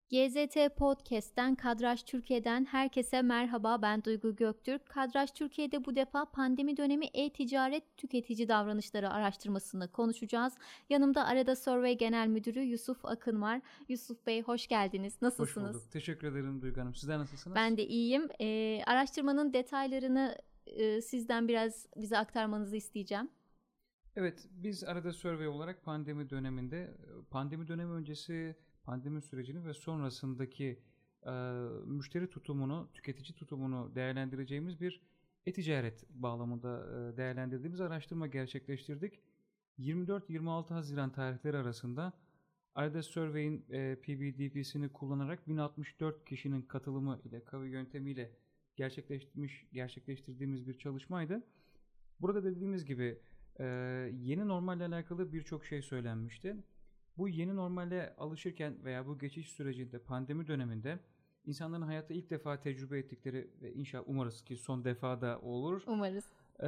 GZT Podcast'ten Kadraj Türkiye'den herkese merhaba, ben Duygu Göktürk. Kadraj Türkiye'de bu defa pandemi dönemi e-ticaret tüketici davranışları araştırmasını konuşacağız. Yanımda Arada Survey Genel Müdürü Yusuf Akın var. Yusuf Bey, hoş geldiniz. Nasılsınız? Hoş bulduk. Teşekkür ederim Duygu Hanım. Sizler nasılsınız? Ben de iyiyim. Araştırmanın detaylarını sizden biraz bize aktarmanızı isteyeceğim. Evet, biz Arada Survey olarak pandemi döneminde, pandemi dönemi öncesi pandemi sürecini ve sonrasındaki müşteri tutumunu, tüketici tutumunu değerlendireceğimiz bir e-ticaret bağlamında değerlendirdiğimiz araştırma gerçekleştirdik. 24-26 Haziran tarihleri arasında Arada Survey'in PBDP'sini kullanarak 1064 kişinin katılımı ile, kavu yöntemiyle gerçekleştirdiğimiz bir çalışmaydı. Burada dediğimiz gibi yeni normalle alakalı birçok şey söylenmişti. Bu yeni normale alışırken veya bu geçiş sürecinde, pandemi döneminde insanların hayatta ilk defa tecrübe ettikleri ve inşallah umarız ki son defa da olur. Umarız.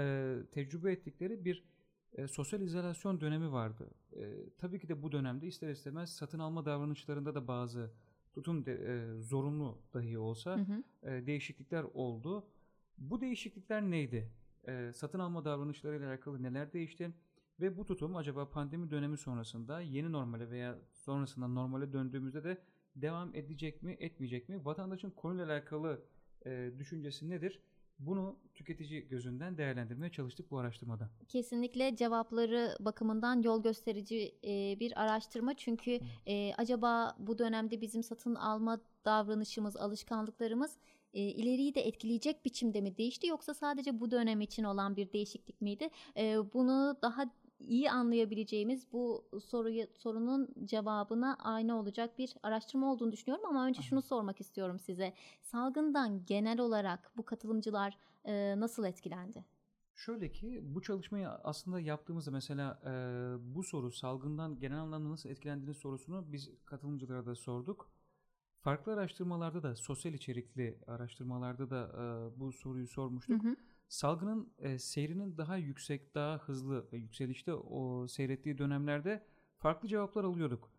Tecrübe ettikleri bir sosyal izolasyon dönemi vardı. Tabii ki de bu dönemde ister istemez satın alma davranışlarında da bazı tutum zorunlu dahi olsa değişiklikler oldu. Bu değişiklikler neydi? Satın alma davranışlarıyla alakalı neler değişti? Ve bu tutum acaba pandemi dönemi sonrasında yeni normale veya sonrasında normale döndüğümüzde de devam edecek mi, etmeyecek mi? Vatandaşın konuyla alakalı düşüncesi nedir? Bunu tüketici gözünden değerlendirmeye çalıştık bu araştırmada. Kesinlikle cevapları bakımından yol gösterici bir araştırma. Çünkü acaba bu dönemde bizim satın alma davranışımız, alışkanlıklarımız ileriyi de etkileyecek biçimde mi değişti, yoksa sadece bu dönem için olan bir değişiklik miydi? Bunu daha iyi anlayabileceğimiz, bu sorunun cevabına aynı olacak bir araştırma olduğunu düşünüyorum. Ama önce şunu sormak istiyorum size. Salgından genel olarak bu katılımcılar nasıl etkilendi? Şöyle ki bu çalışmayı aslında yaptığımızda mesela bu soru salgından genel anlamda nasıl etkilendiğini sorusunu biz katılımcılara da sorduk. Farklı araştırmalarda da, sosyal içerikli araştırmalarda da bu soruyu sormuştuk. Salgının seyrinin daha yüksek, daha hızlı ve yükselişte seyrettiği dönemlerde farklı cevaplar alıyorduk.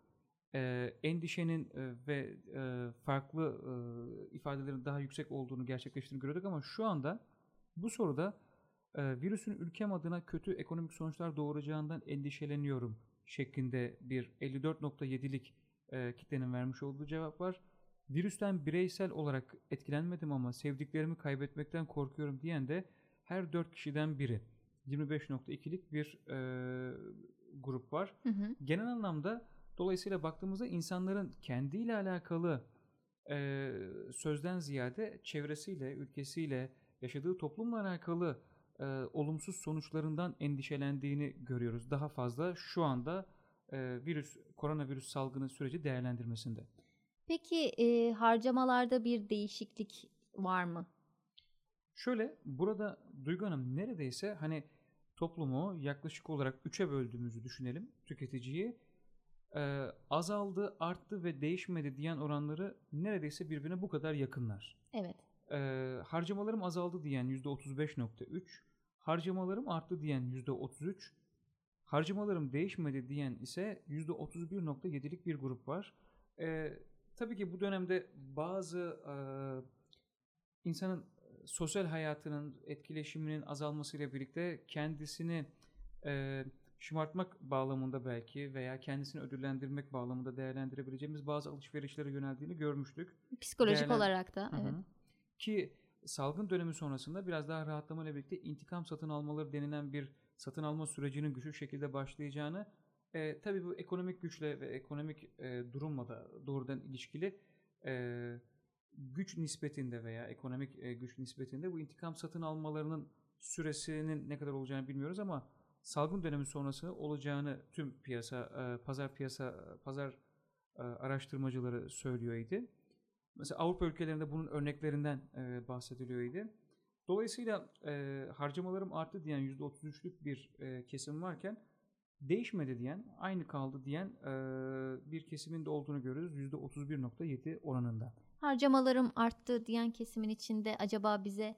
Endişenin ve farklı ifadelerin daha yüksek olduğunu gerçekleştirdiğini görüyorduk ama şu anda bu soruda virüsün ülkem adına kötü ekonomik sonuçlar doğuracağından endişeleniyorum şeklinde bir 54.7'lik kitlenin vermiş olduğu cevap var. Virüsten bireysel olarak etkilenmedim ama sevdiklerimi kaybetmekten korkuyorum diyen de her 4 kişiden biri. 25.2'lik bir grup var. Genel anlamda dolayısıyla baktığımızda insanların kendiyle alakalı sözden ziyade çevresiyle, ülkesiyle, yaşadığı toplumla alakalı olumsuz sonuçlarından endişelendiğini görüyoruz. Daha fazla şu anda koronavirüs salgını süreci değerlendirmesinde. Peki harcamalarda bir değişiklik var mı? Şöyle, burada Duygu Hanım neredeyse hani toplumu yaklaşık olarak 3'e böldüğümüzü düşünelim, tüketiciyi. Azaldı, arttı ve değişmedi diyen oranları neredeyse birbirine bu kadar yakınlar. Evet. Harcamalarım azaldı diyen %35.3, harcamalarım arttı diyen %33, harcamalarım değişmedi diyen ise %31.7'lik bir grup var. Tabii ki bu dönemde bazı insanın sosyal hayatının etkileşiminin azalmasıyla birlikte kendisini şımartmak bağlamında belki veya kendisini ödüllendirmek bağlamında değerlendirebileceğimiz bazı alışverişlere yöneldiğini görmüştük. Psikolojik olarak da. Evet. Ki salgın dönemi sonrasında biraz daha rahatlamayla birlikte intikam satın almaları denilen bir satın alma sürecinin güçlü şekilde başlayacağını, tabii bu ekonomik güçle ve ekonomik durumla da doğrudan ilişkili güç nispetinde veya ekonomik güç nispetinde bu intikam satın almalarının süresinin ne kadar olacağını bilmiyoruz ama salgın dönemi sonrası olacağını tüm pazar araştırmacıları söylüyordu. Mesela Avrupa ülkelerinde bunun örneklerinden bahsediliyordu. Dolayısıyla harcamalarım arttı diyen %33'lük bir kesim varken değişmedi diyen, aynı kaldı diyen bir kesimin de olduğunu görüyoruz %31.7 oranında. Harcamalarım arttı diyen kesimin içinde acaba bize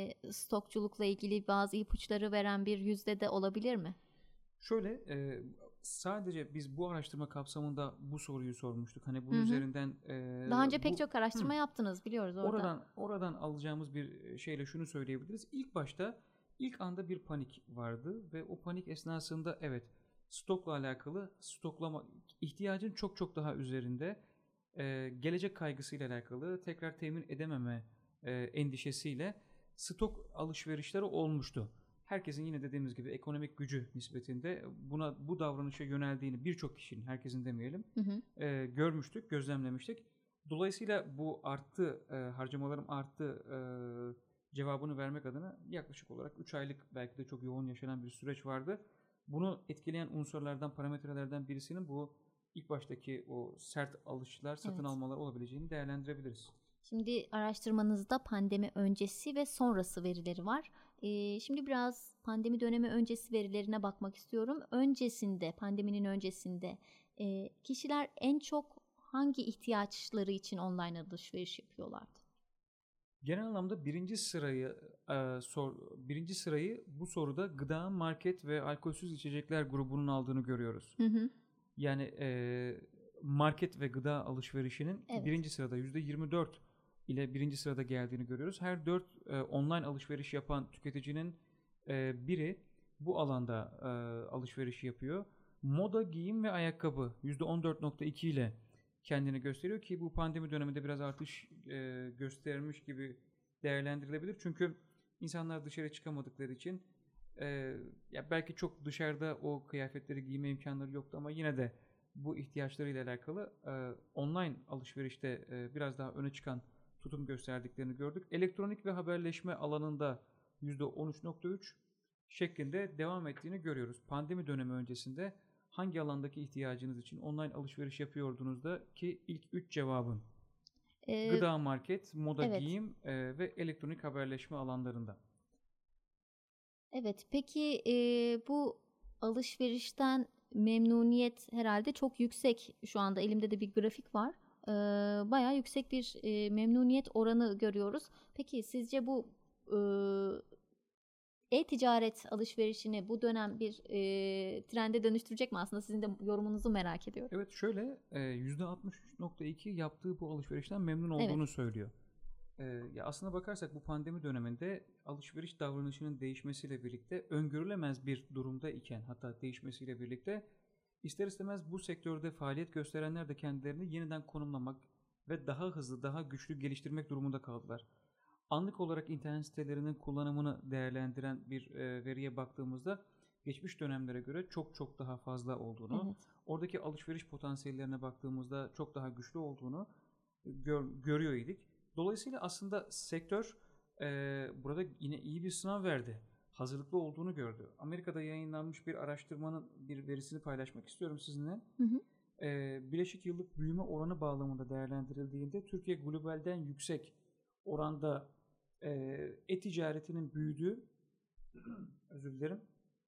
stokçulukla ilgili bazı ipuçları veren bir yüzde de olabilir mi? Şöyle, sadece biz bu araştırma kapsamında bu soruyu sormuştuk. Hani bunun Hı hı. üzerinden Daha önce pek çok araştırma yaptınız, biliyoruz orada. oradan alacağımız bir şeyle şunu söyleyebiliriz. İlk anda bir panik vardı ve o panik esnasında evet, stokla alakalı, stoklama ihtiyacın çok çok daha üzerinde, gelecek kaygısıyla alakalı, tekrar temin edememe endişesiyle stok alışverişleri olmuştu. Herkesin yine dediğimiz gibi ekonomik gücü nispetinde bu davranışa yöneldiğini birçok kişinin, herkesin demeyelim, Hı hı. görmüştük, gözlemlemiştik. Dolayısıyla bu arttı, harcamalarım arttı cevabını vermek adına yaklaşık olarak 3 aylık belki de çok yoğun yaşanan bir süreç vardı. Bunu etkileyen unsurlardan, parametrelerden birisinin bu ilk baştaki o sert alışlar, satın Evet. almalar olabileceğini değerlendirebiliriz. Şimdi araştırmanızda pandemi öncesi ve sonrası verileri var. Şimdi biraz pandemi dönemi öncesi verilerine bakmak istiyorum. Pandeminin öncesinde kişiler en çok hangi ihtiyaçları için online alışveriş yapıyorlardı? Genel anlamda birinci sırayı bu soruda gıda, market ve alkolsüz içecekler grubunun aldığını görüyoruz. Hı hı. Yani market ve gıda alışverişinin Evet. birinci sırada %24 ile birinci sırada geldiğini görüyoruz. Her 4 online alışveriş yapan tüketicinin biri bu alanda alışveriş yapıyor. Moda, giyim ve ayakkabı %14.2 ile kendini gösteriyor ki bu pandemi döneminde biraz artış göstermiş gibi değerlendirilebilir. Çünkü insanlar dışarı çıkamadıkları için ya belki çok dışarıda o kıyafetleri giyme imkanları yoktu ama yine de bu ihtiyaçlarıyla alakalı online alışverişte biraz daha öne çıkan tutum gösterdiklerini gördük. Elektronik ve haberleşme alanında %13.3 şeklinde devam ettiğini görüyoruz. Pandemi dönemi öncesinde hangi alandaki ihtiyacınız için online alışveriş yapıyordunuz da ki ilk 3 cevabın gıda, market, moda, Evet. giyim ve elektronik haberleşme alanlarında. Evet, peki bu alışverişten memnuniyet herhalde çok yüksek. Şu anda elimde de bir grafik var. Bayağı yüksek bir memnuniyet oranı görüyoruz. Peki sizce bu e-ticaret alışverişini bu dönem bir trende dönüştürecek mi? Aslında sizin de yorumunuzu merak ediyorum. Evet, şöyle %63.2 yaptığı bu alışverişten memnun Evet. olduğunu söylüyor. Ya aslına bakarsak bu pandemi döneminde alışveriş davranışının değişmesiyle birlikte, öngörülemez bir durumda iken, hatta değişmesiyle birlikte ister istemez bu sektörde faaliyet gösterenler de kendilerini yeniden konumlamak ve daha hızlı, daha güçlü geliştirmek durumunda kaldılar. Anlık olarak internet sitelerinin kullanımını değerlendiren bir veriye baktığımızda geçmiş dönemlere göre çok çok daha fazla olduğunu, Evet. oradaki alışveriş potansiyellerine baktığımızda çok daha güçlü olduğunu görüyor idik. Dolayısıyla aslında sektör burada yine iyi bir sınav verdi. Hazırlıklı olduğunu gördü. Amerika'da yayınlanmış bir araştırmanın bir verisini paylaşmak istiyorum sizinle. Hı hı. Bileşik yıllık büyüme oranı bağlamında değerlendirildiğinde Türkiye globalden yüksek oranda e-ticaretinin büyüdüğü özür dilerim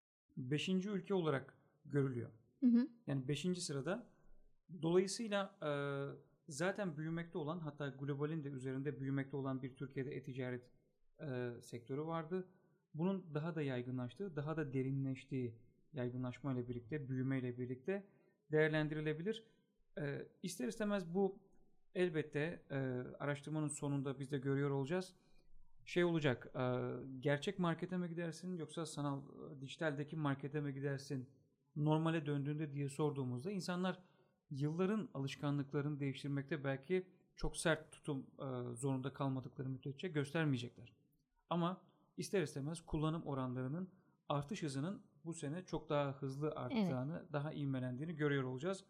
5. ülke olarak görülüyor. Hı hı. Yani 5. sırada. Dolayısıyla zaten büyümekte olan, hatta globalin de üzerinde büyümekte olan bir Türkiye'de e-ticaret sektörü vardı. Bunun daha da yaygınlaştığı, daha da derinleştiği, yaygınlaşmayla birlikte, büyümeyle birlikte değerlendirilebilir. İster istemez bu elbette araştırmanın sonunda biz de görüyor olacağız. Şey olacak, gerçek markete mi gidersin yoksa sanal, dijitaldeki markete mi gidersin normale döndüğünde diye sorduğumuzda insanlar yılların alışkanlıklarını değiştirmekte belki çok sert tutum zorunda kalmadıkları müddetçe göstermeyecekler. Ama ister istemez kullanım oranlarının artış hızının bu sene çok daha hızlı arttığını, Evet. daha ivmelendiğini görüyor olacağız.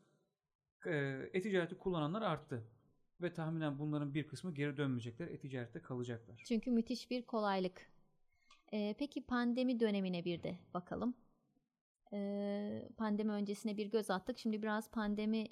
E-ticareti kullananlar arttı ve tahminen bunların bir kısmı geri dönmeyecekler, e-ticarette kalacaklar. Çünkü müthiş bir kolaylık. Peki pandemi dönemine bir de bakalım. Pandemi öncesine bir göz attık. Şimdi biraz pandemi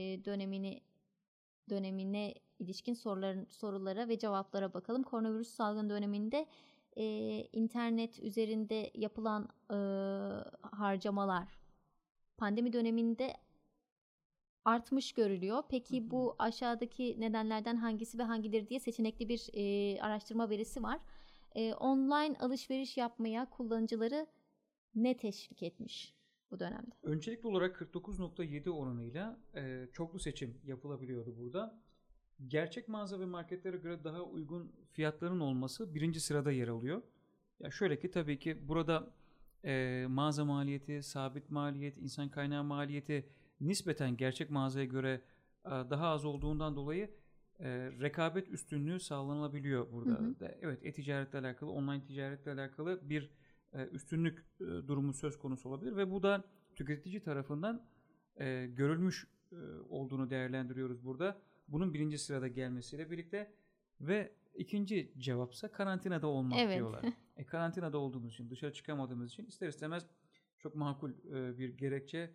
dönemine ilişkin sorulara ve cevaplara bakalım. Koronavirüs salgın döneminde internet üzerinde yapılan harcamalar pandemi döneminde artmış görülüyor. Peki bu aşağıdaki nedenlerden hangisi ve hangileri diye seçenekli bir araştırma verisi var. Online alışveriş yapmaya kullanıcıları ne teşvik etmiş? bu dönemde? Öncelikli olarak 49.7 oranıyla çoklu seçim yapılabiliyordu burada. Gerçek mağaza ve marketlere göre daha uygun fiyatların olması birinci sırada yer alıyor. Ya şöyle ki tabii ki burada mağaza maliyeti, sabit maliyet, insan kaynağı maliyeti nispeten gerçek mağazaya göre daha az olduğundan dolayı rekabet üstünlüğü sağlanabiliyor Hı burada. hı. Evet, e-ticaretle alakalı, online ticaretle alakalı bir üstünlük durumu söz konusu olabilir ve bu da tüketici tarafından görülmüş olduğunu değerlendiriyoruz burada. Bunun birinci sırada gelmesiyle birlikte ve ikinci cevapsa karantinada olmak Evet. diyorlar. Karantinada olduğumuz için, dışarı çıkamadığımız için ister istemez çok makul bir gerekçe.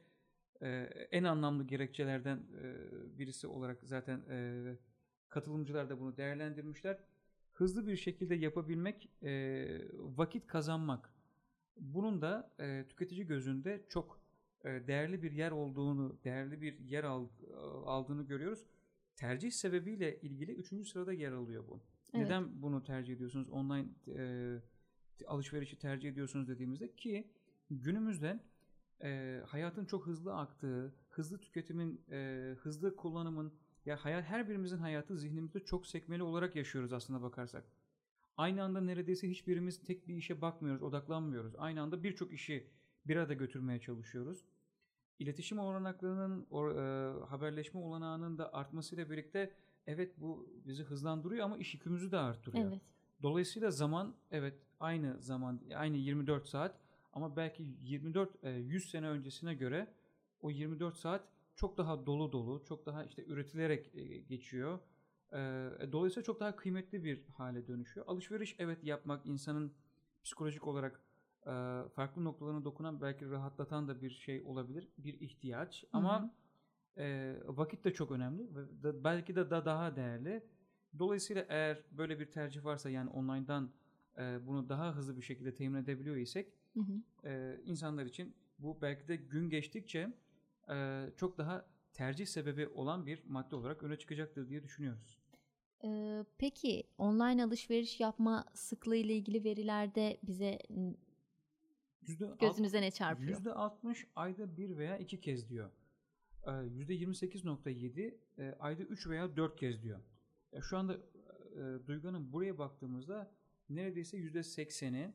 En anlamlı gerekçelerden birisi olarak zaten katılımcılar da bunu değerlendirmişler. Hızlı bir şekilde yapabilmek, vakit kazanmak. Bunun da tüketici gözünde çok değerli bir yer olduğunu, değerli bir yer aldığını görüyoruz. Tercih sebebiyle ilgili 3. sırada yer alıyor bu. Evet. Neden bunu tercih ediyorsunuz? Online alışverişi tercih ediyorsunuz dediğimizde ki günümüzde hayatın çok hızlı aktığı, hızlı tüketimin, hızlı kullanımın, ya her birimizin hayatı zihnimizde çok sekmeli olarak yaşıyoruz aslında bakarsak. Aynı anda neredeyse hiçbirimiz tek bir işe bakmıyoruz, odaklanmıyoruz. Aynı anda birçok işi bir arada götürmeye çalışıyoruz. İletişim olanaklarının, haberleşme olanağının da artmasıyla birlikte evet bu bizi hızlandırıyor ama iş yükümüzü de arttırıyor. Evet. Dolayısıyla zaman evet aynı zaman, aynı 24 saat ama belki 100 sene öncesine göre o 24 saat çok daha dolu dolu, çok daha işte üretilerek geçiyor. Dolayısıyla çok daha kıymetli bir hale dönüşüyor. Alışveriş evet yapmak insanın psikolojik olarak farklı noktalarına dokunan belki rahatlatan da bir şey olabilir. Bir ihtiyaç Hı hı. ama vakit de çok önemli ve belki de daha değerli. Dolayısıyla eğer böyle bir tercih varsa yani online'dan bunu daha hızlı bir şekilde temin edebiliyor isek Hı hı. insanlar için bu belki de gün geçtikçe çok daha tercih sebebi olan bir madde olarak öne çıkacaktır diye düşünüyoruz. Peki online alışveriş yapma sıklığı ile ilgili verilerde bize gözünüze ne çarpıyor? %60 ayda 1 veya 2 kez diyor. %28.7 ayda 3 veya 4 kez diyor. Şu anda Duygu Hanım buraya baktığımızda neredeyse %80'i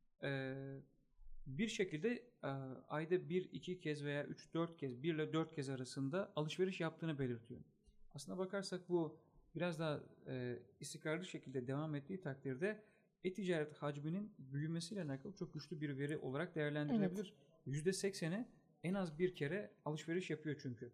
bir şekilde ayda 1-2 kez veya 3-4 kez, 1 ile 4 kez arasında alışveriş yaptığını belirtiyor. Aslına bakarsak bu biraz daha istikrarlı şekilde devam ettiği takdirde e-ticaret hacminin büyümesiyle alakalı çok güçlü bir veri olarak değerlendirilebilir. Evet. %80'i en az bir kere alışveriş yapıyor çünkü.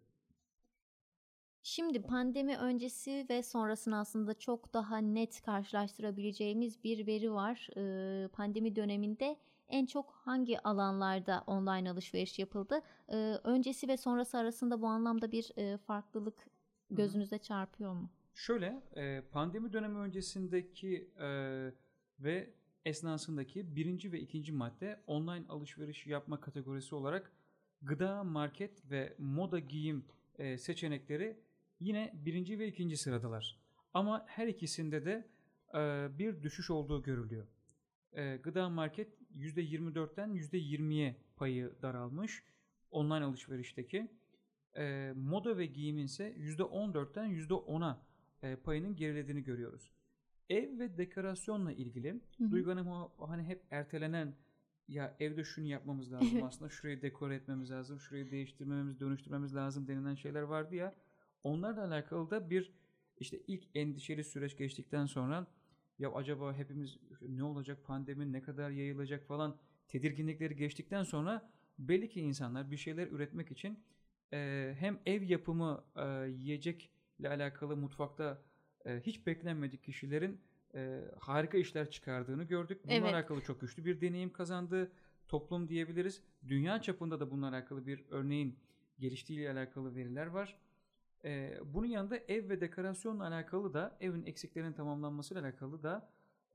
Şimdi pandemi öncesi ve sonrasını aslında çok daha net karşılaştırabileceğimiz bir veri var. Pandemi döneminde en çok hangi alanlarda online alışveriş yapıldı? Öncesi ve sonrası arasında bu anlamda bir farklılık gözünüze çarpıyor mu? Şöyle, pandemi dönemi öncesindeki ve esnasındaki birinci ve ikinci madde online alışveriş yapma kategorisi olarak gıda, market ve moda giyim seçenekleri yine birinci ve ikinci sıradalar. Ama her ikisinde de bir düşüş olduğu görülüyor. Gıda market %24'ten %20'ye payı daralmış online alışverişteki. Moda ve giyimin ise %14'ten %10'a payının gerilediğini görüyoruz. Ev ve dekorasyonla ilgili Duygu Hanım hani hep ertelenen ya evde şunu yapmamız lazım aslında şurayı dekore etmemiz lazım, şurayı değiştirmemiz, dönüştürmemiz lazım denilen şeyler vardı ya. Onlarla alakalı da bir işte ilk endişeli süreç geçtikten sonra ya acaba hepimiz ne olacak, pandemi ne kadar yayılacak falan tedirginlikleri geçtikten sonra belli ki insanlar bir şeyler üretmek için hem ev yapımı yiyecekle alakalı mutfakta hiç beklenmedik kişilerin harika işler çıkardığını gördük. Bununla alakalı çok güçlü bir deneyim kazandı toplum diyebiliriz. Dünya çapında da bununla alakalı bir örneğin geliştiğiyle alakalı veriler var. Bunun yanında ev ve dekorasyonla alakalı da evin eksiklerinin tamamlanmasıyla alakalı da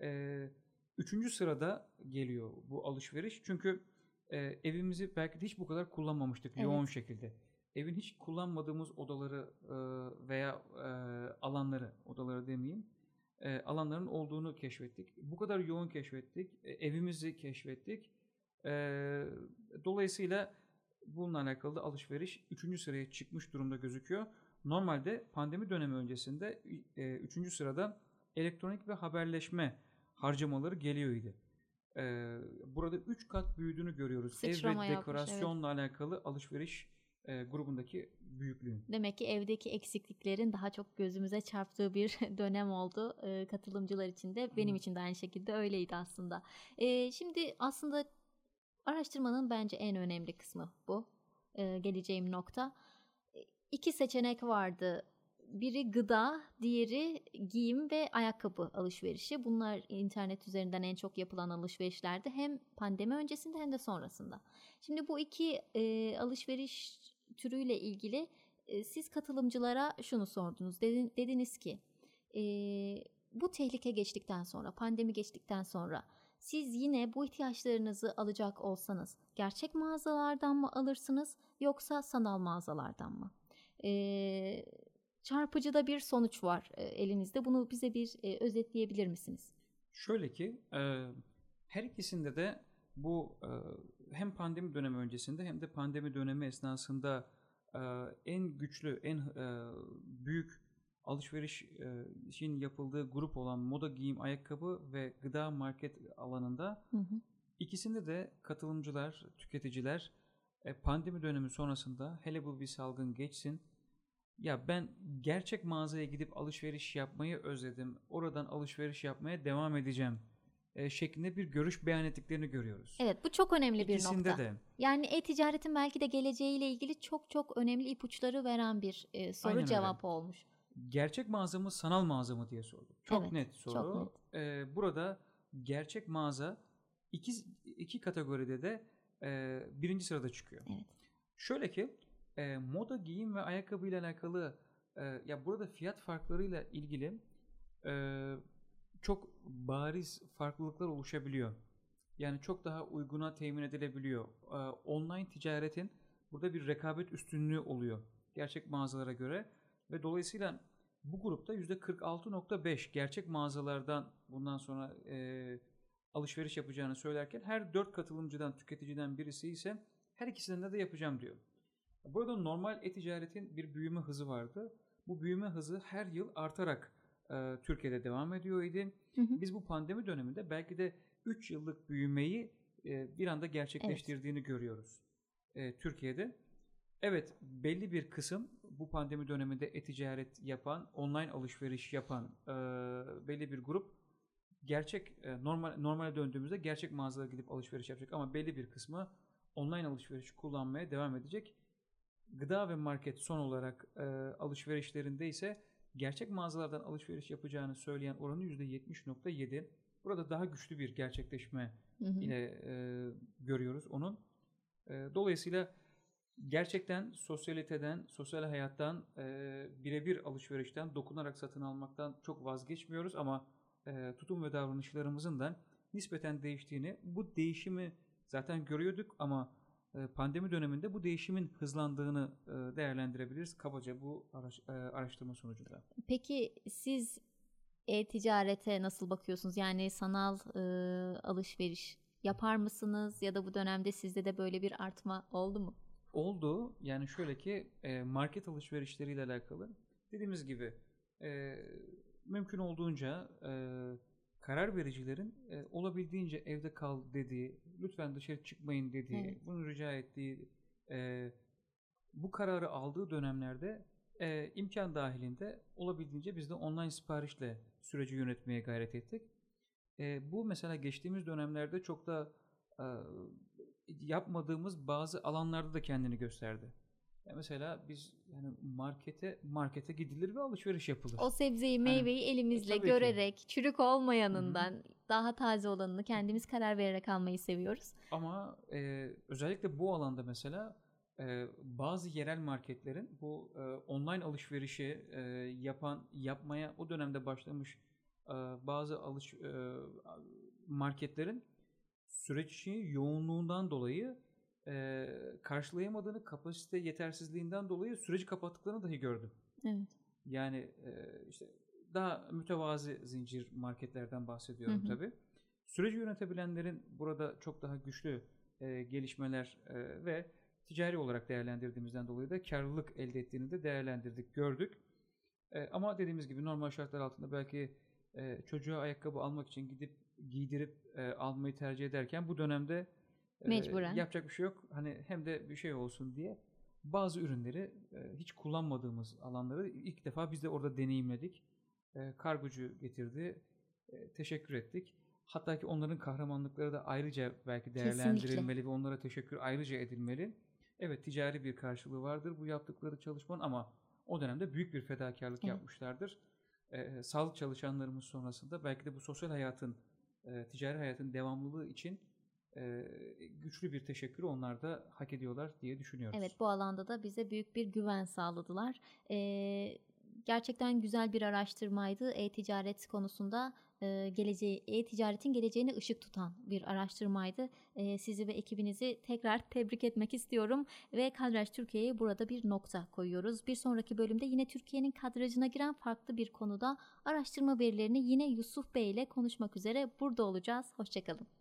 3. sırada geliyor bu alışveriş. Çünkü evimizi belki de hiç bu kadar kullanmamıştık yoğun şekilde. Evin hiç kullanmadığımız odaları veya alanları, odaları demeyeyim, alanların olduğunu keşfettik. Bu kadar yoğun keşfettik. Evimizi keşfettik. Dolayısıyla bununla alakalı da alışveriş 3. sıraya çıkmış durumda gözüküyor. Normalde pandemi dönemi öncesinde 3. sırada elektronik ve haberleşme harcamaları geliyordu. Burada 3 kat büyüdüğünü görüyoruz. Sıçrama Ev ve yapmış, evet. dekorasyonla alakalı alışveriş grubundaki büyüklüğün. Demek ki evdeki eksikliklerin daha çok gözümüze çarptığı bir dönem oldu katılımcılar için de. Benim için de aynı şekilde öyleydi aslında. Şimdi aslında araştırmanın bence en önemli kısmı bu. Geleceğim nokta. 2 seçenek vardı. Biri gıda, diğeri giyim ve ayakkabı alışverişi. Bunlar internet üzerinden en çok yapılan alışverişlerdi. Hem pandemi öncesinde hem de sonrasında. Şimdi bu iki alışveriş türüyle ilgili siz katılımcılara şunu sordunuz. Dediniz ki bu tehlike geçtikten sonra, pandemi geçtikten sonra siz yine bu ihtiyaçlarınızı alacak olsanız gerçek mağazalardan mı alırsınız yoksa sanal mağazalardan mı? Çarpıcı da bir sonuç var elinizde. Bunu bize bir özetleyebilir misiniz? Şöyle ki her ikisinde de bu hem pandemi dönemi öncesinde hem de pandemi dönemi esnasında en güçlü, en büyük alışverişin yapıldığı grup olan moda, giyim, ayakkabı ve gıda market alanında ikisinde de katılımcılar, tüketiciler pandemi dönemi sonrasında hele bu bir salgın geçsin, ya ben gerçek mağazaya gidip alışveriş yapmayı özledim, oradan alışveriş yapmaya devam edeceğim şeklinde bir görüş beyan ettiklerini görüyoruz. Evet, bu çok önemli bir İkisinde nokta. de. Yani e-ticaretin belki de geleceğiyle ilgili çok çok önemli ipuçları veren bir soru Aynen cevap öyle. olmuş. Gerçek mağaza mı, sanal mağaza mı diye sorduk. Çok Evet, net soru. çok Burada gerçek mağaza iki kategoride de birinci sırada çıkıyor. Evet. Şöyle ki moda, giyim ve ayakkabı ile alakalı ya burada fiyat farklarıyla ilgili çok bariz farklılıklar oluşabiliyor. Yani çok daha uyguna temin edilebiliyor. Online ticaretin burada bir rekabet üstünlüğü oluyor gerçek mağazalara göre ve dolayısıyla bu grupta %46.5 gerçek mağazalardan bundan sonra alışveriş yapacağını söylerken her 4 katılımcıdan, tüketiciden birisi ise her ikisinden de yapacağım diyor. Burada normal e-ticaretin bir büyüme hızı vardı. Bu büyüme hızı her yıl artarak Türkiye'de devam ediyor idi. Biz bu pandemi döneminde belki de 3 yıllık büyümeyi bir anda gerçekleştirdiğini görüyoruz Türkiye'de. Evet, belli bir kısım bu pandemi döneminde e-ticaret yapan, online alışveriş yapan belli bir grup gerçek normale döndüğümüzde gerçek mağazalara gidip alışveriş yapacak ama belli bir kısmı online alışveriş kullanmaya devam edecek. Gıda ve market son olarak alışverişlerinde ise gerçek mağazalardan alışveriş yapacağını söyleyen oranı %70.7. Burada daha güçlü bir gerçekleşme ile görüyoruz onun. Dolayısıyla gerçekten sosyaliteden, sosyal hayattan, birebir alışverişten, dokunarak satın almaktan çok vazgeçmiyoruz ama tutum ve davranışlarımızın da nispeten değiştiğini, bu değişimi zaten görüyorduk ama pandemi döneminde bu değişimin hızlandığını değerlendirebiliriz kabaca bu araştırma sonucunda. Peki siz e-ticarete nasıl bakıyorsunuz? Yani sanal alışveriş yapar mısınız ya da bu dönemde sizde de böyle bir artma oldu mu? Oldu. Yani şöyle ki market alışverişleriyle alakalı dediğimiz gibi mümkün olduğunca karar vericilerin olabildiğince evde kal dediği, lütfen dışarı çıkmayın dediği, Evet. bunu rica ettiği, bu kararı aldığı dönemlerde imkan dahilinde olabildiğince biz de online siparişle süreci yönetmeye gayret ettik. Bu mesela geçtiğimiz dönemlerde çok da yapmadığımız bazı alanlarda da kendini gösterdi. Mesela biz yani markete gidilir ve alışveriş yapılır. O sebzeyi, meyveyi elimizle tabii görerek, çürük olmayanından daha taze olanını kendimiz karar vererek almayı seviyoruz. Ama özellikle bu alanda mesela bazı yerel marketlerin bu online alışverişi yapmaya o dönemde başlamış bazı marketlerin süreç yoğunluğundan dolayı karşılayamadığını, kapasite yetersizliğinden dolayı süreci kapattıklarını dahi gördüm. Evet. Yani işte daha mütevazi zincir marketlerden bahsediyorum tabii. Süreci yönetebilenlerin burada çok daha güçlü gelişmeler ve ticari olarak değerlendirdiğimizden dolayı da karlılık elde ettiğini de değerlendirdik, gördük. Ama dediğimiz gibi normal şartlar altında belki çocuğa ayakkabı almak için gidip giydirip almayı tercih ederken bu dönemde Mecburen. yapacak bir şey yok. Hani hem de bir şey olsun diye bazı ürünleri hiç kullanmadığımız alanları ilk defa biz de orada deneyimledik. Kargocu getirdi. Teşekkür ettik. Hatta ki onların kahramanlıkları da ayrıca belki Kesinlikle. değerlendirilmeli ve onlara teşekkür ayrıca edilmeli. Evet, ticari bir karşılığı vardır bu yaptıkları çalışmanın ama o dönemde büyük bir fedakarlık Evet. yapmışlardır. Sağlık çalışanlarımız sonrasında belki de bu sosyal hayatın, ticari hayatın devamlılığı için güçlü bir teşekkürü onlar da hak ediyorlar diye düşünüyoruz. Evet, bu alanda da bize büyük bir güven sağladılar. Gerçekten güzel bir araştırmaydı. E-ticaret konusunda e-ticaretin geleceğine ışık tutan bir araştırmaydı. Sizi ve ekibinizi tekrar tebrik etmek istiyorum ve Kadraj Türkiye'ye burada bir nokta koyuyoruz. Bir sonraki bölümde yine Türkiye'nin kadrajına giren farklı bir konuda araştırma verilerini yine Yusuf Bey ile konuşmak üzere burada olacağız. Hoşçakalın.